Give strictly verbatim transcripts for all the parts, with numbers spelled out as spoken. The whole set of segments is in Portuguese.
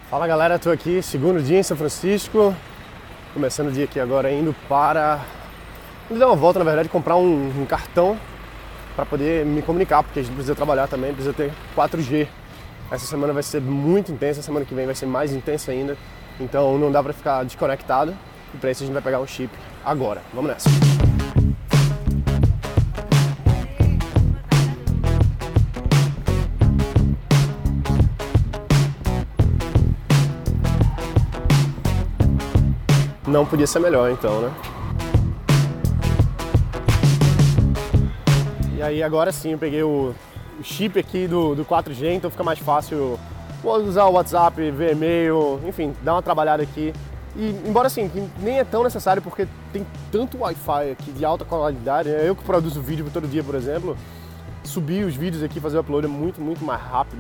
Fala galera, estou aqui, segundo dia em São Francisco, começando o dia aqui agora indo para... Vou dar uma volta, na verdade, comprar um, um cartão para poder me comunicar, porque a gente precisa trabalhar também, precisa ter quatro G. Essa semana vai ser muito intensa, a semana que vem vai ser mais intensa ainda, então não dá para ficar desconectado, e para isso a gente vai pegar um chip agora. Vamos nessa! Não podia ser melhor então, né? E aí agora sim eu peguei o chip aqui do, do quatro G, então fica mais fácil usar o WhatsApp, ver e-mail, enfim, dar uma trabalhada aqui. E embora assim, que nem é tão necessário porque tem tanto Wi-Fi aqui de alta qualidade, eu que produzo vídeo todo dia, por exemplo, subir os vídeos aqui, fazer o upload é muito, muito mais rápido.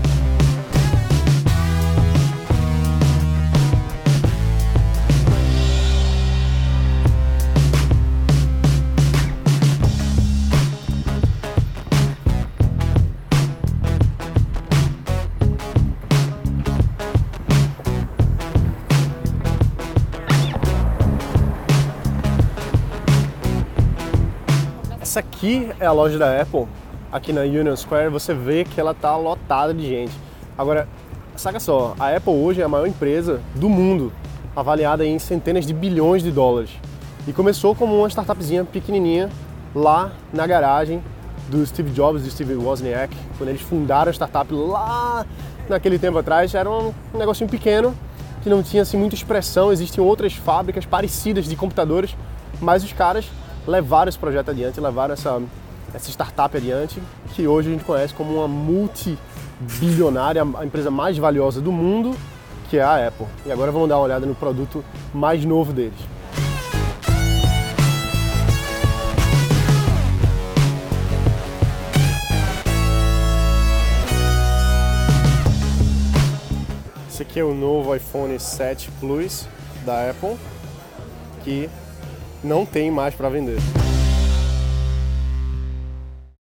Essa aqui é a loja da Apple, aqui na Union Square, você vê que ela tá lotada de gente. Agora, saca só, a Apple hoje é a maior empresa do mundo, avaliada em centenas de bilhões de dólares. E começou como uma startupzinha pequenininha lá na garagem do Steve Jobs e do Steve Wozniak, quando eles fundaram a startup lá naquele tempo atrás. Era um negocinho pequeno, que não tinha assim muita expressão, existiam outras fábricas parecidas de computadores, mas os caras levaram esse projeto adiante, levaram essa, essa startup adiante, que hoje a gente conhece como uma multibilionária, a empresa mais valiosa do mundo, que é a Apple. E agora vamos dar uma olhada no produto mais novo deles. Esse aqui é o novo iPhone sete Plus da Apple, que não tem mais para vender.